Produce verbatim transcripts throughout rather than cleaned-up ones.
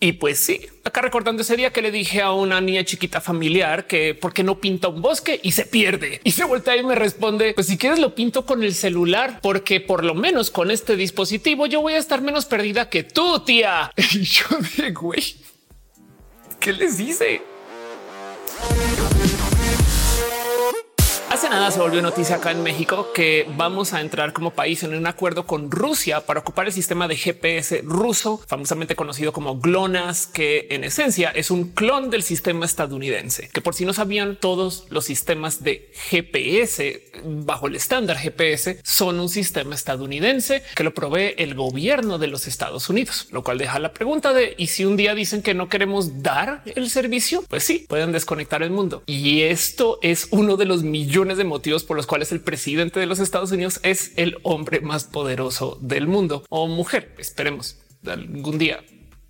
Y pues sí, acá recordando ese día que le dije a una niña chiquita familiar que por qué no pinta un bosque y se pierde, y se voltea y me responde, pues si quieres lo pinto con el celular, porque por lo menos con este dispositivo yo voy a estar menos perdida que tú, tía. Y yo de güey, ¿qué les dice? Hace nada se volvió noticia acá en México que vamos a entrar como país en un acuerdo con Rusia para ocupar el sistema de G P S ruso, famosamente conocido como GLONASS, que en esencia es un clon del sistema estadounidense, que por si no sabían, todos los sistemas de G P S bajo el estándar G P S son un sistema estadounidense que lo provee el gobierno de los Estados Unidos, lo cual deja la pregunta de ¿y si un día dicen que no queremos dar el servicio? Pues sí, pueden desconectar el mundo. Y esto es uno de los millones de motivos por los cuales el presidente de los Estados Unidos es el hombre más poderoso del mundo, o mujer, esperemos algún día.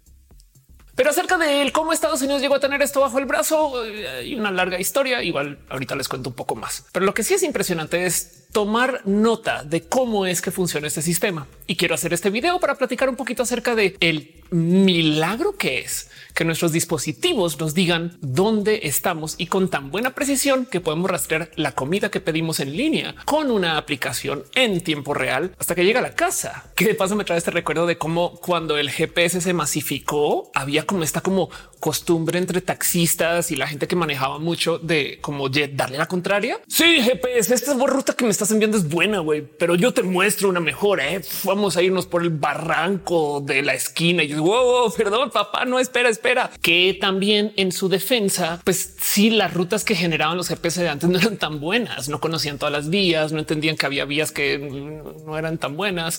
Pero acerca de él, cómo Estados Unidos llegó a tener esto bajo el brazo, hay una larga historia. Igual ahorita les cuento un poco más. Pero lo que sí es impresionante es tomar nota de cómo es que funciona este sistema. Y quiero hacer este video para platicar un poquito acerca de el milagro que es que nuestros dispositivos nos digan dónde estamos y con tan buena precisión que podemos rastrear la comida que pedimos en línea con una aplicación en tiempo real hasta que llega a la casa. Que de paso me trae este recuerdo de cómo cuando el G P S se masificó, había como esta como costumbre entre taxistas y la gente que manejaba mucho de como darle la contraria. Sí, G P S, esta ruta que me estás enviando es buena, güey, pero yo te muestro una mejor. ¿eh? Vamos a irnos por el barranco de la esquina. Y yo, wow, wow, perdón, papá, no, espera, espera. Que también en su defensa, pues sí, las rutas que generaban los G P S de antes no eran tan buenas, no conocían todas las vías, no entendían que había vías que no eran tan buenas.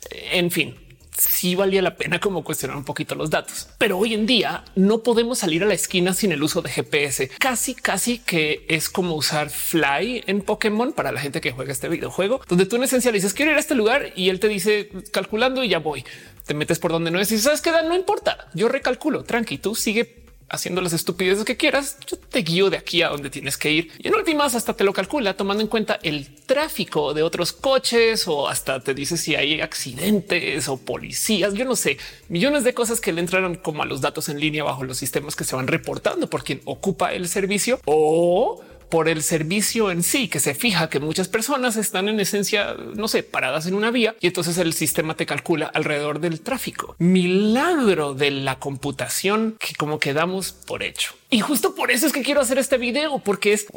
En fin, sí valía la pena como cuestionar un poquito los datos, pero hoy en día no podemos salir a la esquina sin el uso de G P S. Casi, casi que es como usar Fly en Pokémon para la gente que juega este videojuego, donde tú en esencia le dices quiero ir a este lugar y él te dice calculando y ya voy. Te metes por donde no es y sabes que no importa. Yo recalculo, tranqui, tú sigue haciendo las estupideces que quieras. Yo te guío de aquí a donde tienes que ir y en últimas hasta te lo calcula tomando en cuenta el tráfico de otros coches o hasta te dice si hay accidentes o policías. Yo no sé, millones de cosas que le entraron como a los datos en línea bajo los sistemas que se van reportando por quien ocupa el servicio o por el servicio en sí, que se fija que muchas personas están en esencia, no sé, paradas en una vía y entonces el sistema te calcula alrededor del tráfico. Milagro de la computación que como quedamos por hecho. Y justo por eso es que quiero hacer este video, porque es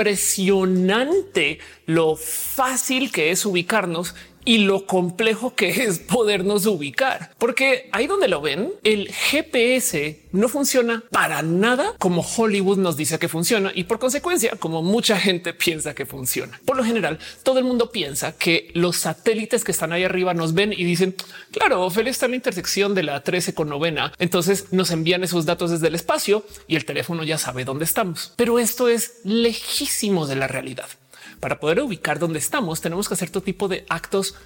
impresionante lo fácil que es ubicarnos y lo complejo que es podernos ubicar, porque ahí donde lo ven, el G P S no funciona para nada como Hollywood nos dice que funciona y por consecuencia, como mucha gente piensa que funciona. Por lo general, todo el mundo piensa que los satélites que están ahí arriba nos ven y dicen, claro, Ofelia está en la intersección de la trece con novena. Entonces nos envían esos datos desde el espacio y el teléfono ya sabe dónde estamos. Pero esto es lejísimo de la realidad. Para poder ubicar dónde estamos, tenemos que hacer todo tipo de actos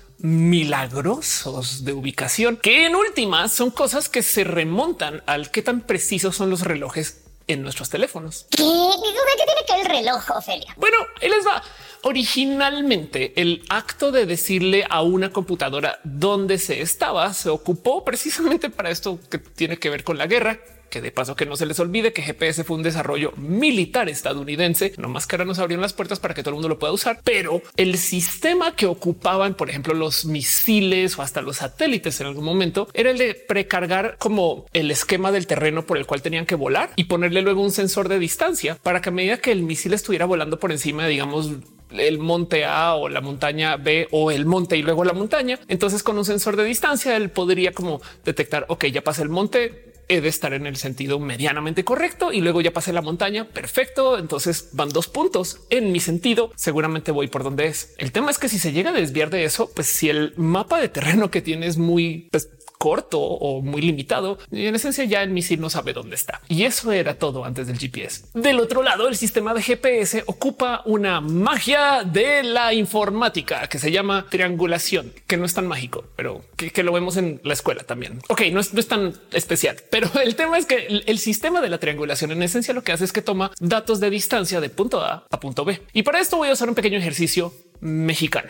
milagrosos de ubicación, que en últimas son cosas que se remontan al qué tan precisos son los relojes en nuestros teléfonos. ¿Qué, ¿Qué tiene que ver el reloj, Ofelia? Bueno, ahí les va. Originalmente, el acto de decirle a una computadora dónde se estaba se ocupó precisamente para esto que tiene que ver con la guerra. Que de paso que no se les olvide que G P S fue un desarrollo militar estadounidense, no más que ahora nos abrieron las puertas para que todo el mundo lo pueda usar, pero el sistema que ocupaban, por ejemplo, los misiles o hasta los satélites en algún momento era el de precargar como el esquema del terreno por el cual tenían que volar y ponerle luego un sensor de distancia para que a medida que el misil estuviera volando por encima, digamos, el monte A o la montaña B o el monte y luego la montaña. Entonces con un sensor de distancia él podría como detectar, ok, ya pasa el monte, he de estar en el sentido medianamente correcto y luego ya pasé la montaña. Perfecto. Entonces van dos puntos en mi sentido. Seguramente voy por donde es. El tema es que si se llega a desviar de eso, pues si el mapa de terreno que tiene es muy pues, corto o muy limitado, en esencia ya el misil no sabe dónde está. Y eso era todo antes del G P S. Del otro lado, el sistema de G P S ocupa una magia de la informática que se llama triangulación, que no es tan mágico, pero que, que lo vemos en la escuela también. Ok, no es, no es tan especial, pero el tema es que el, el sistema de la triangulación en esencia lo que hace es que toma datos de distancia de punto A a punto B. Y para esto voy a usar un pequeño ejercicio mexicano.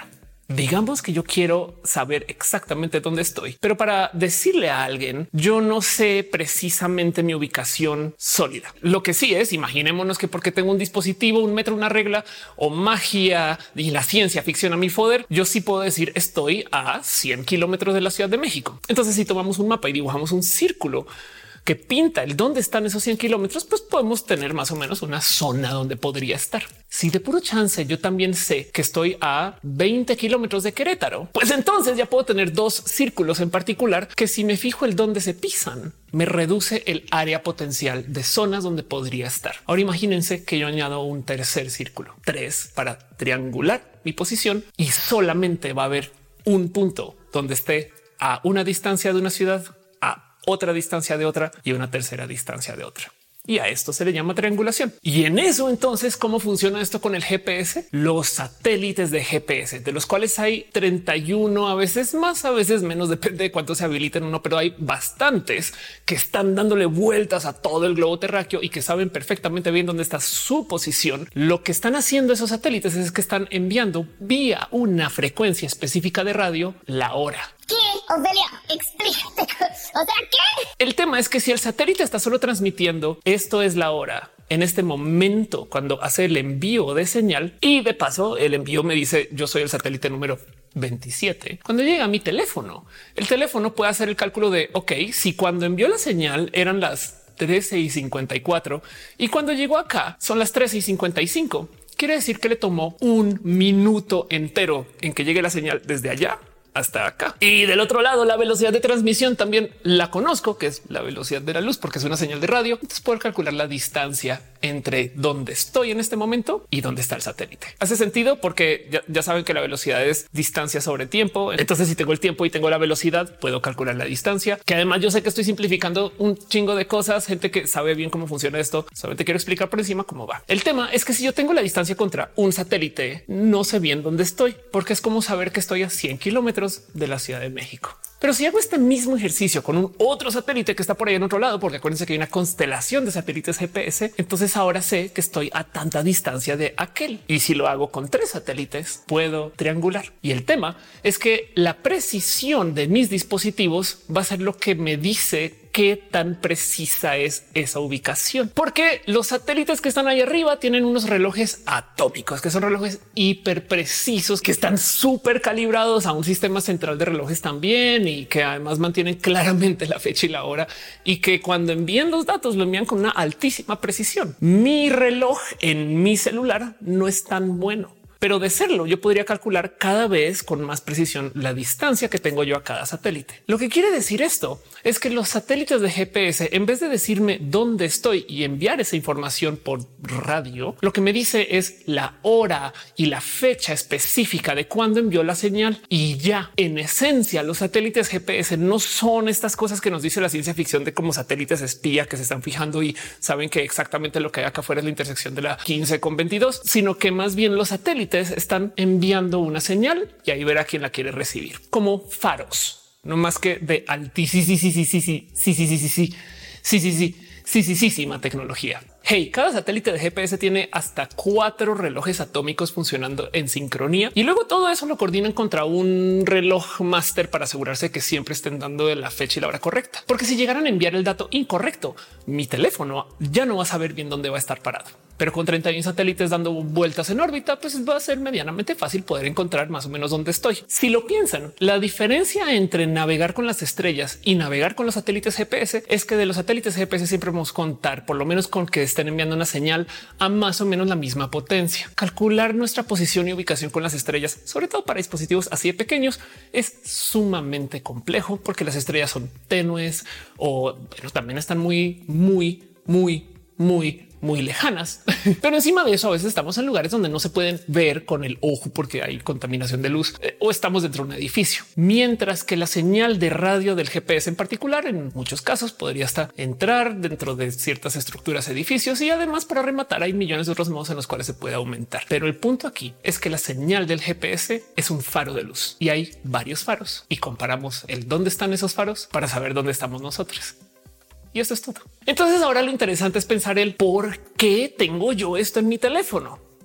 Digamos que yo quiero saber exactamente dónde estoy, pero para decirle a alguien, yo no sé precisamente mi ubicación sólida. Lo que sí es, imaginémonos que porque tengo un dispositivo, un metro, una regla o magia y la ciencia ficción a mi poder, yo sí puedo decir estoy a cien kilómetros de la Ciudad de México. Entonces, si tomamos un mapa y dibujamos un círculo que pinta el dónde están esos cien kilómetros, pues podemos tener más o menos una zona donde podría estar. Si de puro chance yo también sé que estoy a veinte kilómetros de Querétaro, pues entonces ya puedo tener dos círculos en particular que, si me fijo el dónde se pisan, me reduce el área potencial de zonas donde podría estar. Ahora imagínense que yo añado un tercer círculo, tres, para triangular mi posición, y solamente va a haber un punto donde esté a una distancia de una ciudad, a otra distancia de otra y una tercera distancia de otra. Y a esto se le llama triangulación. Y en eso, entonces, ¿cómo funciona esto con el G P S? Los satélites de G P S, de los cuales hay treinta y uno, a veces más, a veces menos, depende de cuánto se habiliten uno, pero hay bastantes que están dándole vueltas a todo el globo terráqueo y que saben perfectamente bien dónde está su posición. Lo que están haciendo esos satélites es que están enviando vía una frecuencia específica de radio la hora. ¿Qué? Ofelia, explícate. O sea, ¿qué? El tema es que si el satélite está solo transmitiendo esto es la hora en este momento cuando hace el envío de señal, y de paso el envío me dice yo soy el satélite número veintisiete. Cuando llega a mi teléfono, el teléfono puede hacer el cálculo de ok, si cuando envió la señal eran las trece y cincuenta y cuatro y cuando llegó acá son las trece y cincuenta y cinco, quiere decir que le tomó un minuto entero en que llegue la señal desde allá hasta acá. Y del otro lado, la velocidad de transmisión también la conozco, que es la velocidad de la luz, porque es una señal de radio. Entonces puedo calcular la distancia entre dónde estoy en este momento y dónde está el satélite. Hace sentido porque ya, ya saben que la velocidad es distancia sobre tiempo. Entonces, si tengo el tiempo y tengo la velocidad, puedo calcular la distancia, que además yo sé que estoy simplificando un chingo de cosas. Gente que sabe bien cómo funciona esto, solamente quiero explicar por encima cómo va. El tema es que si yo tengo la distancia contra un satélite, no sé bien dónde estoy, porque es como saber que estoy a cien kilómetros de la Ciudad de México. Pero si hago este mismo ejercicio con un otro satélite que está por ahí en otro lado, porque acuérdense que hay una constelación de satélites G P S, entonces ahora sé que estoy a tanta distancia de aquel. Y si lo hago con tres satélites, puedo triangular. Y el tema es que la precisión de mis dispositivos va a ser lo que me dice qué tan precisa es esa ubicación, porque los satélites que están ahí arriba tienen unos relojes atómicos, que son relojes hiper precisos, que están súper calibrados a un sistema central de relojes también, y que además mantienen claramente la fecha y la hora, y que cuando envían los datos lo envían con una altísima precisión. Mi reloj en mi celular no es tan bueno, pero de serlo, yo podría calcular cada vez con más precisión la distancia que tengo yo a cada satélite. Lo que quiere decir esto es que los satélites de G P S, en vez de decirme dónde estoy y enviar esa información por radio, lo que me dice es la hora y la fecha específica de cuándo envió la señal. Y ya, en esencia, los satélites G P S no son estas cosas que nos dice la ciencia ficción de como satélites espía que se están fijando y saben que exactamente lo que hay acá afuera es la intersección de la quince con veintidós, sino que más bien los satélites están enviando una señal y ahí verá quién la quiere recibir, como faros, no más que de altísima, sí, sí, sí, sí, sí, sí, sí, sí, sí, sí, sí, sí, sí, sí, sí, sí, sí, tecnología. Hey, cada satélite de G P S tiene hasta cuatro relojes atómicos funcionando en sincronía y luego todo eso lo coordinan contra un reloj máster para asegurarse que siempre estén dando la fecha y la hora correcta. Porque si llegaran a enviar el dato incorrecto, mi teléfono ya no va a saber bien dónde va a estar parado. Pero con treinta y uno satélites dando vueltas en órbita, pues va a ser medianamente fácil poder encontrar más o menos dónde estoy. Si lo piensan, la diferencia entre navegar con las estrellas y navegar con los satélites G P S es que de los satélites G P S siempre vamos a contar por lo menos con que estén enviando una señal a más o menos la misma potencia. Calcular nuestra posición y ubicación con las estrellas, sobre todo para dispositivos así de pequeños, es sumamente complejo porque las estrellas son tenues o pero también están muy, muy, muy, muy muy lejanas, pero encima de eso a veces estamos en lugares donde no se pueden ver con el ojo porque hay contaminación de luz eh, o estamos dentro de un edificio, mientras que la señal de radio del G P S en particular en muchos casos podría hasta entrar dentro de ciertas estructuras, edificios y además para rematar hay millones de otros modos en los cuales se puede aumentar. Pero el punto aquí es que la señal del G P S es un faro de luz y hay varios faros y comparamos el dónde están esos faros para saber dónde estamos nosotros. Y esto es todo. Entonces ahora lo interesante es pensar el por qué tengo yo esto en mi teléfono.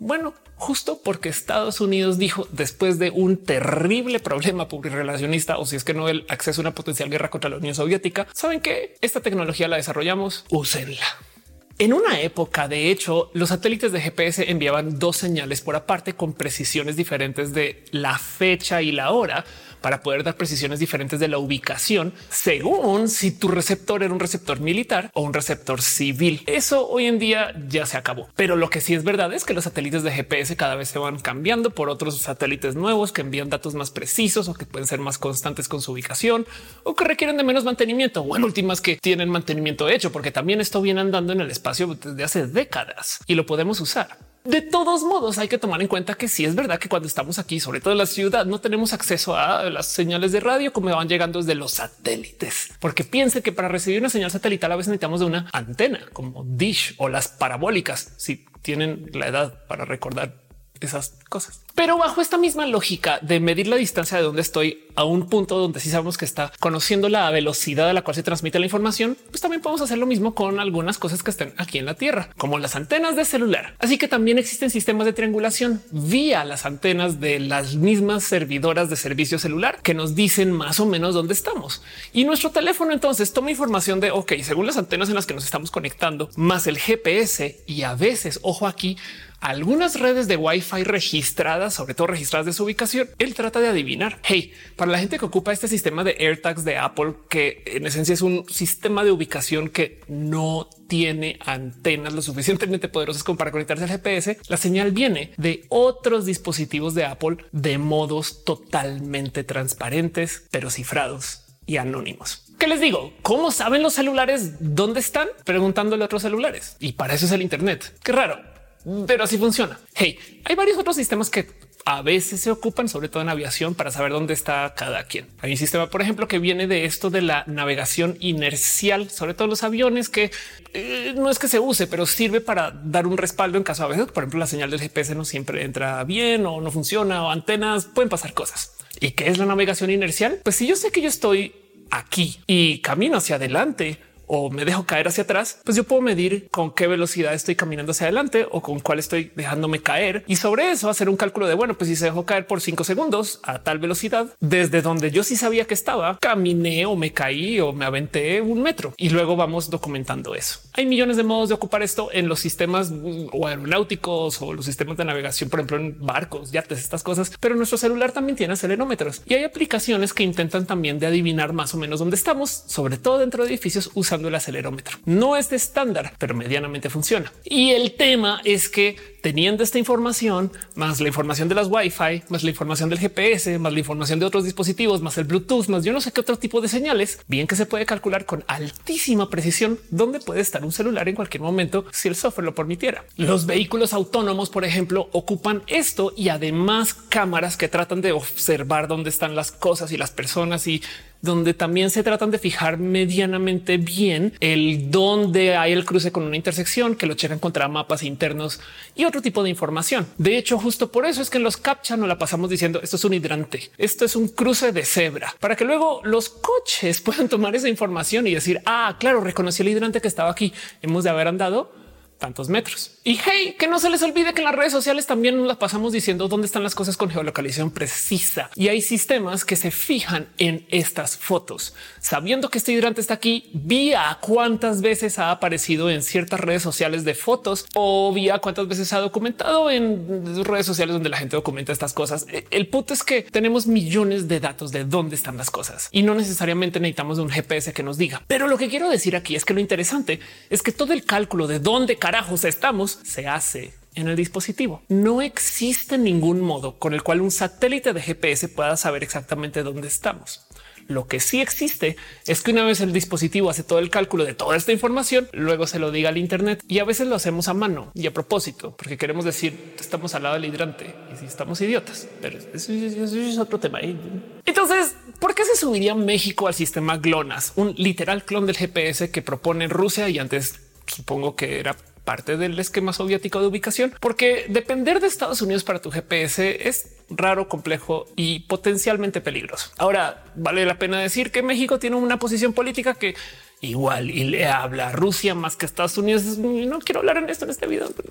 Bueno, justo porque Estados Unidos dijo, después de un terrible problema publirrelacionista, o si es que no el acceso a una potencial guerra contra la Unión Soviética, saben que esta tecnología la desarrollamos, úsenla. En una época, de hecho, los satélites de G P S enviaban dos señales por aparte con precisiones diferentes de la fecha y la hora para poder dar precisiones diferentes de la ubicación según si tu receptor era un receptor militar o un receptor civil. Eso hoy en día ya se acabó. Pero lo que sí es verdad es que los satélites de G P S cada vez se van cambiando por otros satélites nuevos que envían datos más precisos o que pueden ser más constantes con su ubicación o que requieren de menos mantenimiento o en últimas que tienen mantenimiento hecho, porque también esto viene andando en el espacio desde hace décadas y lo podemos usar. De todos modos, hay que tomar en cuenta que sí es verdad que cuando estamos aquí, sobre todo en la ciudad, no tenemos acceso a las señales de radio como van llegando desde los satélites, porque piense que para recibir una señal satelital a veces necesitamos de una antena como Dish o las parabólicas, si tienen la edad para recordar esas cosas. Pero bajo esta misma lógica de medir la distancia de donde estoy a un punto donde sí sabemos que está conociendo la velocidad a la cual se transmite la información, pues también podemos hacer lo mismo con algunas cosas que estén aquí en la Tierra, como las antenas de celular. Así que también existen sistemas de triangulación vía las antenas de las mismas servidoras de servicio celular que nos dicen más o menos dónde estamos. Y nuestro teléfono entonces toma información de, ok, según las antenas en las que nos estamos conectando, más el G P S y a veces, ojo aquí, algunas redes de Wi-Fi registradas, sobre todo registradas de su ubicación, él trata de adivinar. Hey, para la gente que ocupa este sistema de AirTags de Apple, que en esencia es un sistema de ubicación que no tiene antenas lo suficientemente poderosas como para conectarse al G P S, la señal viene de otros dispositivos de Apple de modos totalmente transparentes, pero cifrados y anónimos. ¿Qué les digo? ¿Cómo saben los celulares dónde están? Preguntándole a otros celulares. Y para eso es el Internet. Qué raro, pero así funciona. Hey, hay varios otros sistemas que a veces se ocupan, sobre todo en aviación, para saber dónde está cada quien. Hay un sistema, por ejemplo, que viene de esto de la navegación inercial, sobre todo en los aviones, que eh, no es que se use, pero sirve para dar un respaldo en caso a veces, por ejemplo, la señal del G P S no siempre entra bien o no funciona o antenas, pueden pasar cosas. ¿Y qué es la navegación inercial? Pues si yo sé que yo estoy aquí y camino hacia adelante o me dejo caer hacia atrás, pues yo puedo medir con qué velocidad estoy caminando hacia adelante o con cuál estoy dejándome caer y sobre eso hacer un cálculo de, bueno, pues si se dejó caer por cinco segundos a tal velocidad, desde donde yo sí sabía que estaba, caminé o me caí o me aventé un metro y luego vamos documentando eso. Hay millones de modos de ocupar esto en los sistemas o aeronáuticos o los sistemas de navegación, por ejemplo, en barcos, yates, estas cosas, pero nuestro celular también tiene acelerómetros y hay aplicaciones que intentan también de adivinar más o menos dónde estamos, sobre todo dentro de edificios usando el acelerómetro. No es de estándar, pero medianamente funciona. Y el tema es que teniendo esta información, más la información de las Wi-Fi, más la información del G P S, más la información de otros dispositivos, más el Bluetooth, más yo no sé qué otro tipo de señales, bien que se puede calcular con altísima precisión dónde puede estar un celular en cualquier momento si el software lo permitiera. Los vehículos autónomos, por ejemplo, ocupan esto y además cámaras que tratan de observar dónde están las cosas y las personas y donde también se tratan de fijar medianamente bien el dónde hay el cruce con una intersección, que lo checan contra mapas internos y otro tipo de información. De hecho, justo por eso es que en los CAPTCHA nos la pasamos diciendo esto es un hidrante, esto es un cruce de cebra, para que luego los coches puedan tomar esa información y decir, ah, claro, reconocí el hidrante que estaba aquí, hemos de haber andado tantos metros. Y hey, que no se les olvide que en las redes sociales también nos las pasamos diciendo dónde están las cosas con geolocalización precisa. Y hay sistemas que se fijan en estas fotos, sabiendo que este hidrante está aquí vía cuántas veces ha aparecido en ciertas redes sociales de fotos o vía cuántas veces ha documentado en redes sociales donde la gente documenta estas cosas. El punto es que tenemos millones de datos de dónde están las cosas y no necesariamente necesitamos de un G P S que nos diga. Pero lo que quiero decir aquí es que lo interesante es que todo el cálculo de dónde carajos estamos se hace en el dispositivo. No existe ningún modo con el cual un satélite de G P S pueda saber exactamente dónde estamos. Lo que sí existe es que una vez el dispositivo hace todo el cálculo de toda esta información, luego se lo diga al Internet y a veces lo hacemos a mano y a propósito, porque queremos decir estamos al lado del hidrante y si estamos idiotas, pero eso, eso, eso es otro tema. Entonces, ¿por qué se subiría México al sistema GLONASS, un literal clon del G P S que propone Rusia y antes supongo que era parte del esquema soviético de ubicación? Porque depender de Estados Unidos para tu G P S es raro, complejo y potencialmente peligroso. Ahora, vale la pena decir que México tiene una posición política que igual y le habla a Rusia más que a Estados Unidos. No quiero hablar en esto en este video.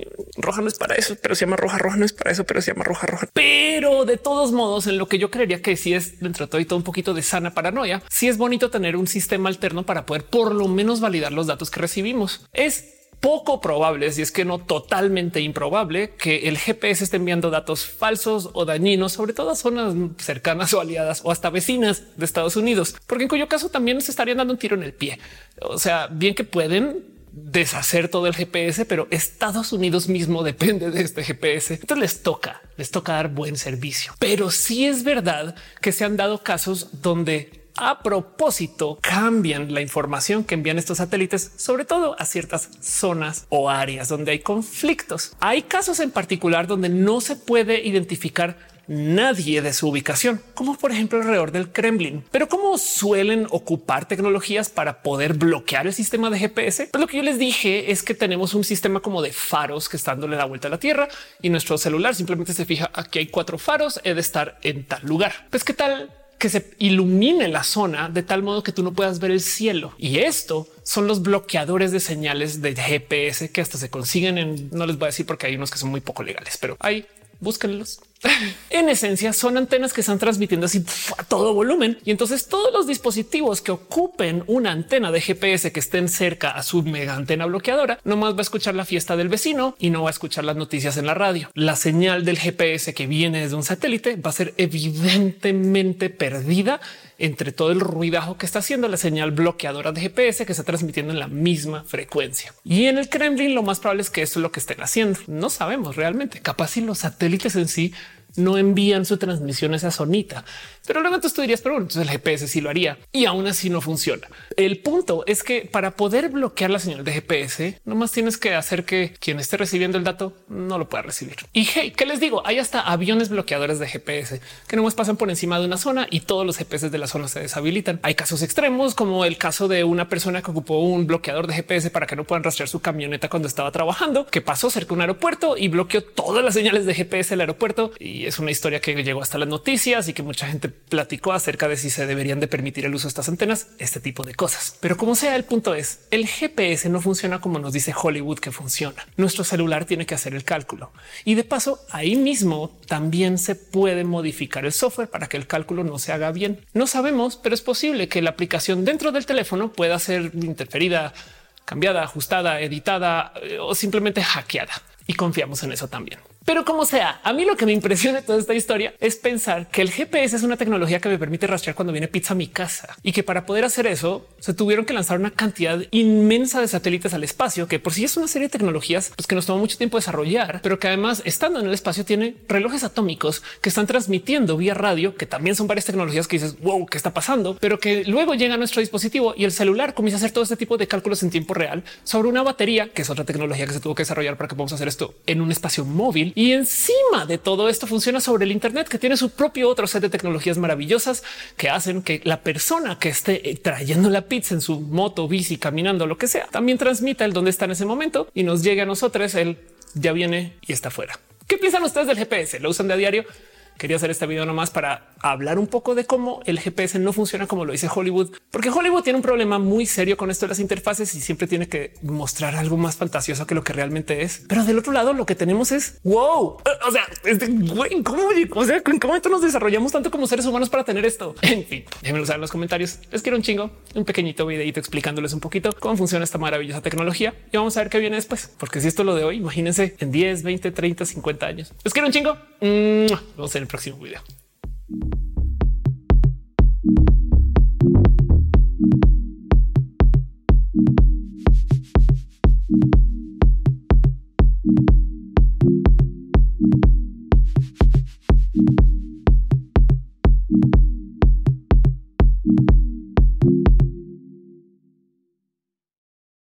roja no es para eso, pero se llama roja, roja no es para eso, pero se llama roja, roja. Pero de todos modos, en lo que yo creería que sí es dentro de todo y todo un poquito de sana paranoia, sí es bonito tener un sistema alterno para poder por lo menos validar los datos que recibimos. Es poco probable, si es que no totalmente improbable, que el G P S esté enviando datos falsos o dañinos, sobre todo a zonas cercanas o aliadas o hasta vecinas de Estados Unidos, porque en cuyo caso también se estarían dando un tiro en el pie. O sea, bien que pueden deshacer todo el G P S, pero Estados Unidos mismo depende de este G P S. Entonces les toca, les toca dar buen servicio. Pero sí es verdad que se han dado casos donde a propósito cambian la información que envían estos satélites, sobre todo a ciertas zonas o áreas donde hay conflictos. Hay casos en particular donde no se puede identificar nadie de su ubicación, como por ejemplo alrededor del Kremlin. Pero ¿cómo suelen ocupar tecnologías para poder bloquear el sistema de G P S? Pues lo que yo les dije es que tenemos un sistema como de faros que está dándole la vuelta a la Tierra y nuestro celular simplemente se fija, aquí hay cuatro faros, he de estar en tal lugar. Pues qué tal que se ilumine la zona de tal modo que tú no puedas ver el cielo. Y esto son los bloqueadores de señales de G P S que hasta se consiguen en, no les voy a decir porque hay unos que son muy poco legales, pero hay, búsquenlos. En esencia son antenas que están transmitiendo así a todo volumen y entonces todos los dispositivos que ocupen una antena de G P S que estén cerca a su mega antena bloqueadora nomás va a escuchar la fiesta del vecino y no va a escuchar las noticias en la radio. La señal del G P S que viene desde un satélite va a ser evidentemente perdida entre todo el ruidajo que está haciendo la señal bloqueadora de G P S que está transmitiendo en la misma frecuencia. Y en el Kremlin lo más probable es que esto es lo que estén haciendo. No sabemos realmente. Capaz si los satélites en sí no envían su transmisión a esa zonita. Pero luego tú dirías, pero bueno, entonces el G P S sí lo haría y aún así no funciona. El punto es que para poder bloquear la señal de G P S, nomás tienes que hacer que quien esté recibiendo el dato no lo pueda recibir. Y hey, ¿qué les digo? Hay hasta aviones bloqueadores de G P S que nomás pasan por encima de una zona y todos los G P S de la zona se deshabilitan. Hay casos extremos como el caso de una persona que ocupó un bloqueador de G P S para que no puedan rastrear su camioneta cuando estaba trabajando, que pasó cerca de un aeropuerto y bloqueó todas las señales de G P S del aeropuerto. Y es una historia que llegó hasta las noticias y que mucha gente platicó acerca de si se deberían de permitir el uso de estas antenas, este tipo de cosas. Pero como sea, el punto es el G P S no funciona como nos dice Hollywood que funciona. Nuestro celular tiene que hacer el cálculo y de paso ahí mismo también se puede modificar el software para que el cálculo no se haga bien. No sabemos, pero es posible que la aplicación dentro del teléfono pueda ser interferida, cambiada, ajustada, editada eh, o simplemente hackeada. Y confiamos en eso también. Pero como sea, a mí lo que me impresiona de toda esta historia es pensar que el G P S es una tecnología que me permite rastrear cuando viene pizza a mi casa y que para poder hacer eso se tuvieron que lanzar una cantidad inmensa de satélites al espacio, que por sí es una serie de tecnologías pues, que nos tomó mucho tiempo desarrollar, pero que además estando en el espacio tiene relojes atómicos que están transmitiendo vía radio, que también son varias tecnologías que dices wow, ¿qué está pasando? Pero que luego llega a nuestro dispositivo y el celular comienza a hacer todo este tipo de cálculos en tiempo real sobre una batería, que es otra tecnología que se tuvo que desarrollar para que podamos hacer esto en un espacio móvil. Y encima de todo esto funciona sobre el Internet, que tiene su propio otro set de tecnologías maravillosas que hacen que la persona que esté trayendo la pizza en su moto, bici, caminando, lo que sea, también transmita el dónde está en ese momento y nos llegue a nosotros el ya viene y está fuera. ¿Qué piensan ustedes del G P S? ¿Lo usan de a diario? Quería hacer este video nomás para hablar un poco de cómo el G P S no funciona como lo dice Hollywood, porque Hollywood tiene un problema muy serio con esto de las interfaces y siempre tiene que mostrar algo más fantasioso que lo que realmente es. Pero del otro lado, lo que tenemos es wow. O sea, este güey, ¿cómo? O sea, ¿en qué momento nos desarrollamos tanto como seres humanos para tener esto? En fin, déjenmelo saber en los comentarios. Les quiero un chingo, un pequeñito videito explicándoles un poquito cómo funciona esta maravillosa tecnología y vamos a ver qué viene después, porque si esto es lo de hoy, imagínense en diez, veinte, treinta, cincuenta años. Les quiero un chingo. Vamos a ver el próximo video.